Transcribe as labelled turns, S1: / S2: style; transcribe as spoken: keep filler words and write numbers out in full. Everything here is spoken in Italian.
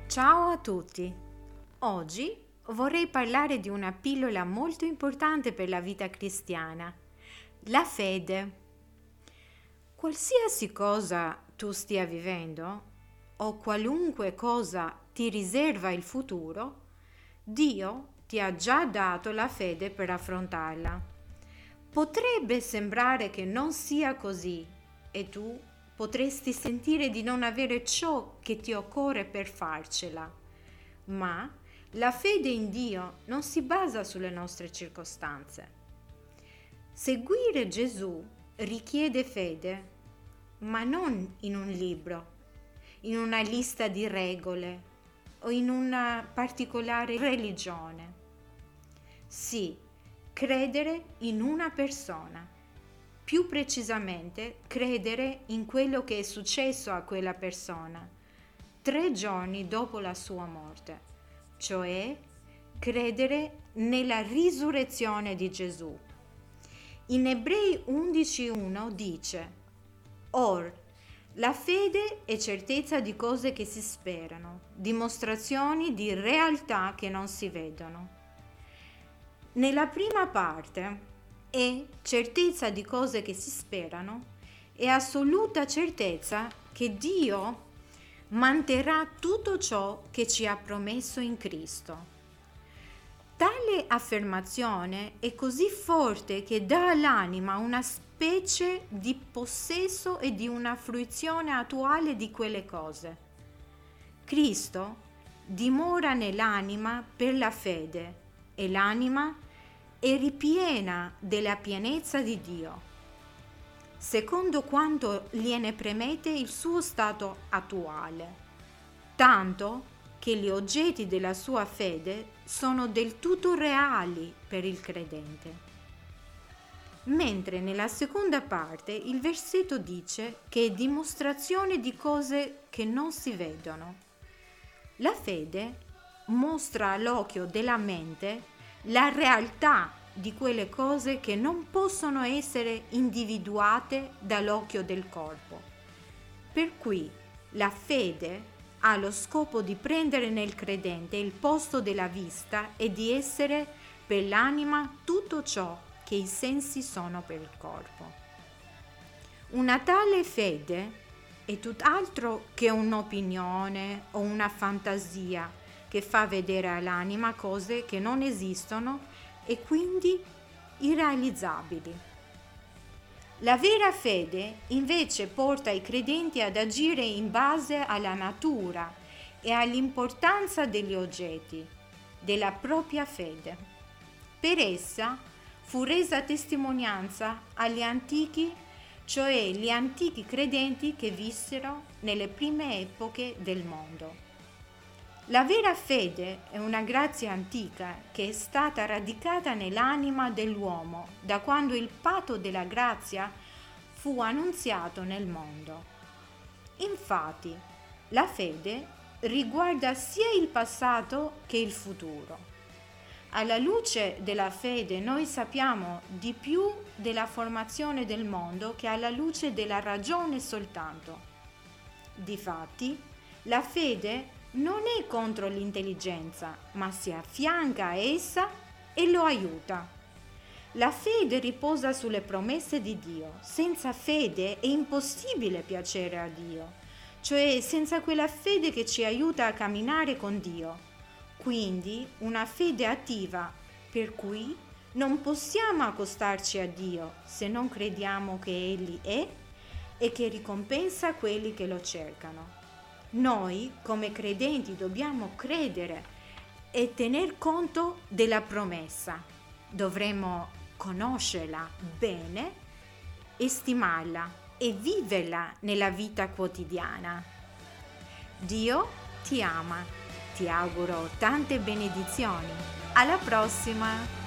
S1: Ciao a tutti! Oggi vorrei parlare di una pillola molto importante per la vita cristiana, la fede. Qualsiasi cosa tu stia vivendo o qualunque cosa ti riserva il futuro, Dio ti ha già dato la fede per affrontarla. Potrebbe sembrare che non sia così e tu potresti sentire di non avere ciò che ti occorre per farcela, ma la fede in Dio non si basa sulle nostre circostanze. Seguire Gesù richiede fede, ma non in un libro, in una lista di regole o in una particolare religione. Sì, credere in una persona. Più precisamente, credere in quello che è successo a quella persona tre giorni dopo la sua morte, cioè credere nella risurrezione di Gesù. In Ebrei undici uno dice: Or, la fede è certezza di cose che si sperano, dimostrazioni di realtà che non si vedono. Nella prima parte è certezza di cose che si sperano e assoluta certezza che Dio manterrà tutto ciò che ci ha promesso in Cristo. Tale affermazione è così forte che dà all'anima una specie di possesso e di una fruizione attuale di quelle cose. Cristo dimora nell'anima per la fede e l'anima è ripiena della pienezza di Dio, secondo quanto gliene premette il suo stato attuale, tanto che gli oggetti della sua fede sono del tutto reali per il credente. Mentre nella seconda parte il versetto dice che è dimostrazione di cose che non si vedono. La fede mostra all'occhio della mente la realtà di quelle cose che non possono essere individuate dall'occhio del corpo. Per cui la fede ha lo scopo di prendere nel credente il posto della vista e di essere per l'anima tutto ciò che i sensi sono per il corpo. Una tale fede è tutt'altro che un'opinione o una fantasia che fa vedere all'anima cose che non esistono e quindi irrealizzabili. La vera fede invece porta i credenti ad agire in base alla natura e all'importanza degli oggetti della propria fede. Per essa fu resa testimonianza agli antichi, cioè gli antichi credenti che vissero nelle prime epoche del mondo. La vera fede è una grazia antica che è stata radicata nell'anima dell'uomo da quando il patto della grazia fu annunziato nel mondo. Infatti, la fede riguarda sia il passato che il futuro. Alla luce della fede noi sappiamo di più della formazione del mondo che alla luce della ragione soltanto. Difatti, la fede non è contro l'intelligenza, ma si affianca a essa e lo aiuta. La fede riposa sulle promesse di Dio. Senza fede è impossibile piacere a Dio, cioè senza quella fede che ci aiuta a camminare con Dio. Quindi una fede attiva, per cui non possiamo accostarci a Dio se non crediamo che Egli è e che ricompensa quelli che lo cercano. Noi, come credenti, dobbiamo credere e tener conto della promessa. Dovremmo conoscerla bene, stimarla e viverla nella vita quotidiana. Dio ti ama. Ti auguro tante benedizioni. Alla prossima!